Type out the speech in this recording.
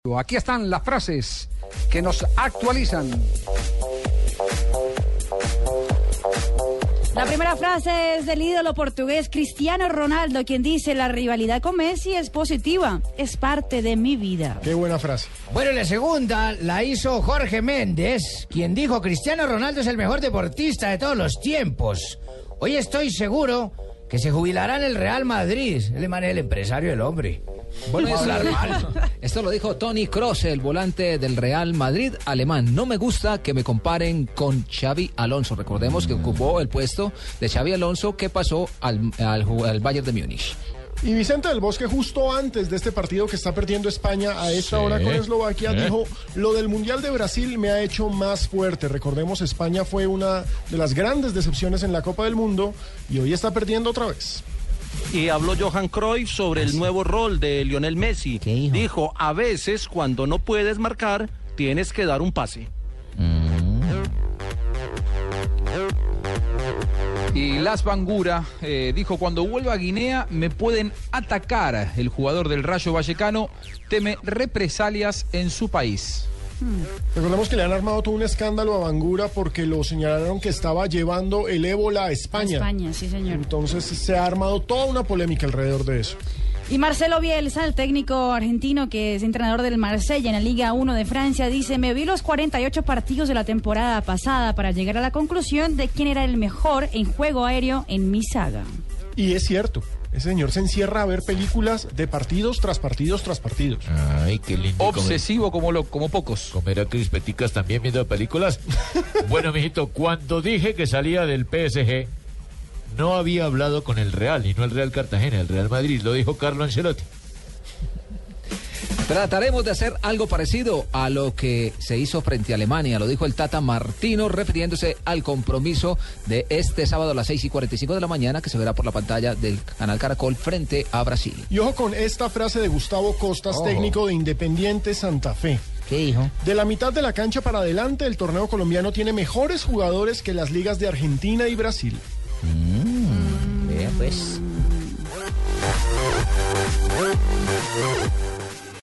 Aquí están las frases que nos actualizan. La primera frase es del ídolo portugués Cristiano Ronaldo, quien dice: la rivalidad con Messi es positiva, es parte de mi vida. Qué buena frase. Bueno, la segunda la hizo Jorge Méndez, quien dijo: Cristiano Ronaldo es el mejor deportista de todos los tiempos. Hoy estoy seguro que se jubilará en el Real Madrid. El man es el empresario del hombre. Bueno, esto lo dijo Toni Kroos, el volante del Real Madrid alemán. No me gusta que me comparen con Xavi Alonso. Recordemos que ocupó el puesto de Xavi Alonso, que pasó al Bayern de Múnich. Y Vicente del Bosque, justo antes de este partido que está perdiendo España a esta hora con Eslovaquia, dijo: lo del Mundial de Brasil me ha hecho más fuerte. Recordemos, España fue una de las grandes decepciones en la Copa del Mundo y hoy está perdiendo otra vez. Y habló Johan Cruyff sobre el nuevo rol de Lionel Messi. Dijo: a veces cuando no puedes marcar, tienes que dar un pase. Y Las Bangura dijo: cuando vuelva a Guinea me pueden atacar. El jugador del Rayo Vallecano teme represalias en su país. Recordemos que le han armado todo un escándalo a Bangura porque lo señalaron que estaba llevando el ébola a España. España, sí, señor. Entonces se ha armado toda una polémica alrededor de eso. Y Marcelo Bielsa, el técnico argentino que es entrenador del Marsella en la Liga 1 de Francia, dice: me vi los 48 partidos de la temporada pasada para llegar a la conclusión de quién era el mejor en juego aéreo en mi saga. Y es cierto. Ese señor se encierra a ver películas de partidos tras partidos tras partidos. Ay, qué lindo. Obsesivo como pocos. ¿Comer a crispeticas también viendo películas? Bueno, mijito, cuando dije que salía del PSG, no había hablado con el Real, y no el Real Cartagena, el Real Madrid, lo dijo Carlo Ancelotti. Trataremos de hacer algo parecido a lo que se hizo frente a Alemania, lo dijo el Tata Martino, refiriéndose al compromiso de este sábado a las 6:45 de la mañana, que se verá por la pantalla del canal Caracol frente a Brasil. Y ojo con esta frase de Gustavo Costas, técnico de Independiente Santa Fe. ¿Qué dijo? De la mitad de la cancha para adelante, el torneo colombiano tiene mejores jugadores que las ligas de Argentina y Brasil. Vea pues.